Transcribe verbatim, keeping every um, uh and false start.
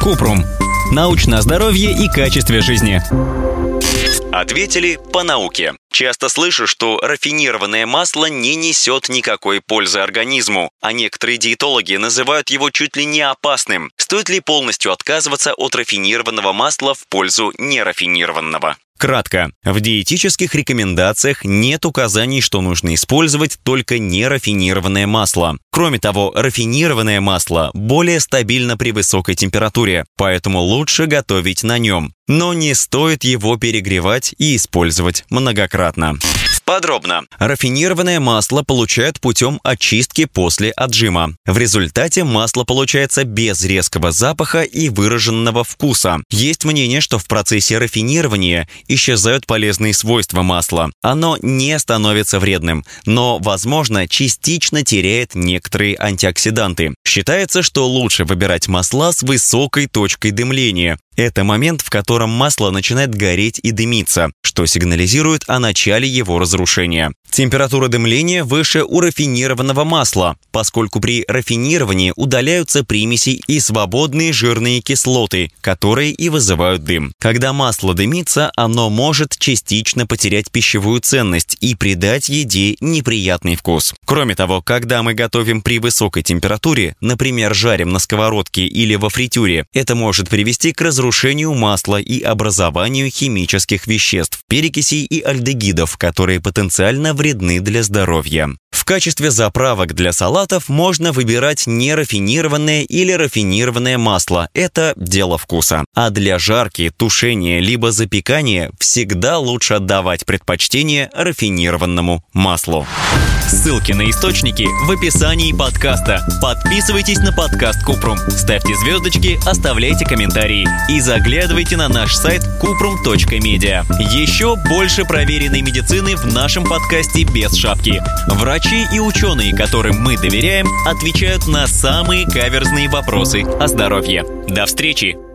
Купрум. Научное здоровье и качестве жизни. Ответили по науке. Часто слышу, что рафинированное масло не несет никакой пользы организму, а некоторые диетологи называют его чуть ли не опасным. Стоит ли полностью отказываться от рафинированного масла в пользу нерафинированного? Кратко. В диетических рекомендациях нет указаний, что нужно использовать только нерафинированное масло. Кроме того, рафинированное масло более стабильно при высокой температуре, поэтому лучше готовить на нем. Но не стоит его перегревать и использовать многократно. Подробно. Рафинированное масло получают путем очистки после отжима. В результате масло получается без резкого запаха и выраженного вкуса. Есть мнение, что в процессе рафинирования исчезают полезные свойства масла. Оно не становится вредным, но, возможно, частично теряет некоторые антиоксиданты. Считается, что лучше выбирать масла с высокой точкой дымления. Это момент, в котором масло начинает гореть и дымиться, что сигнализирует о начале его разрушения. Температура дымления выше у рафинированного масла, поскольку при рафинировании удаляются примеси и свободные жирные кислоты, которые и вызывают дым. Когда масло дымится, оно может частично потерять пищевую ценность и придать еде неприятный вкус. Кроме того, когда мы готовим при высокой температуре, например, жарим на сковородке или во фритюре, это может привести к разрушению масла и образованию химических веществ, перекисей и альдегидов, которые потенциально вредны для здоровья. В качестве заправок для салатов можно выбирать нерафинированное или рафинированное масло. Это дело вкуса. А для жарки, тушения либо запекания всегда лучше отдавать предпочтение рафинированному маслу. Ссылки на источники в описании подкаста. Подписывайтесь на подкаст Купрум, ставьте звездочки, оставляйте комментарии и заглядывайте на наш сайт купрум точка медиа. Еще больше проверенной медицины в нашем подкасте без шапки. Врачи и ученые, которым мы доверяем, отвечают на самые каверзные вопросы о здоровье. До встречи!